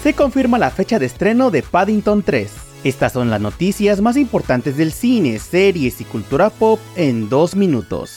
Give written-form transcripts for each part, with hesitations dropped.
se confirma la fecha de estreno de Paddington 3. Estas son las noticias más importantes del cine, series y cultura pop en 2 minutos.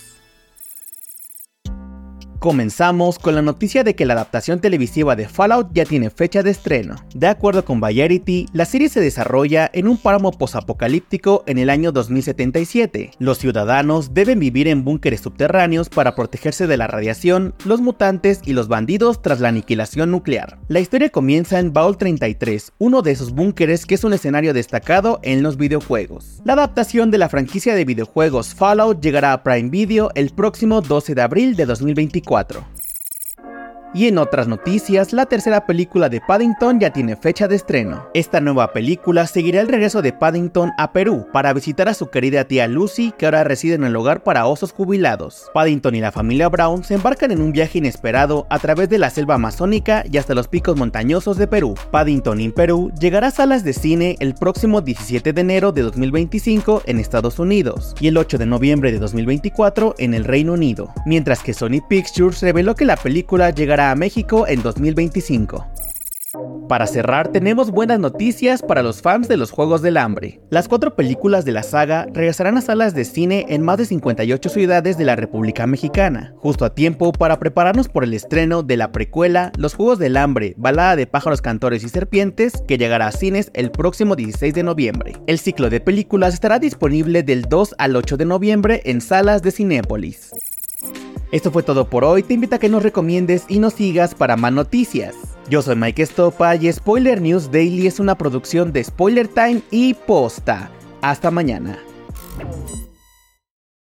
Comenzamos con la noticia de que la adaptación televisiva de Fallout ya tiene fecha de estreno. De acuerdo con Variety, la serie se desarrolla en un páramo posapocalíptico en el año 2077. Los ciudadanos deben vivir en búnkeres subterráneos para protegerse de la radiación, los mutantes y los bandidos tras la aniquilación nuclear. La historia comienza en Vault 33, uno de esos búnkeres que es un escenario destacado en los videojuegos. La adaptación de la franquicia de videojuegos Fallout llegará a Prime Video el próximo 12 de abril de 2024. Y en otras noticias, la tercera película de Paddington ya tiene fecha de estreno. Esta nueva película seguirá el regreso de Paddington a Perú para visitar a su querida tía Lucy, que ahora reside en el hogar para osos jubilados. Paddington y la familia Brown se embarcan en un viaje inesperado a través de la selva amazónica y hasta los picos montañosos de Perú. Paddington in Perú llegará a salas de cine el próximo 17 de enero de 2025 en Estados Unidos y el 8 de noviembre de 2024 en el Reino Unido, mientras que Sony Pictures reveló que la película llegará a México en 2025. Para cerrar, tenemos buenas noticias para los fans de los Juegos del Hambre. Las 4 películas de la saga regresarán a salas de cine en más de 58 ciudades de la República Mexicana, justo a tiempo para prepararnos por el estreno de la precuela Los Juegos del Hambre, Balada de pájaros, cantores y serpientes, que llegará a cines el próximo 16 de noviembre. El ciclo de películas estará disponible del 2 al 8 de noviembre en salas de Cinépolis. Esto fue todo por hoy, te invito a que nos recomiendes y nos sigas para más noticias. Yo soy Mike Estopa y Spoiler News Daily es una producción de Spoiler Time y Posta. Hasta mañana.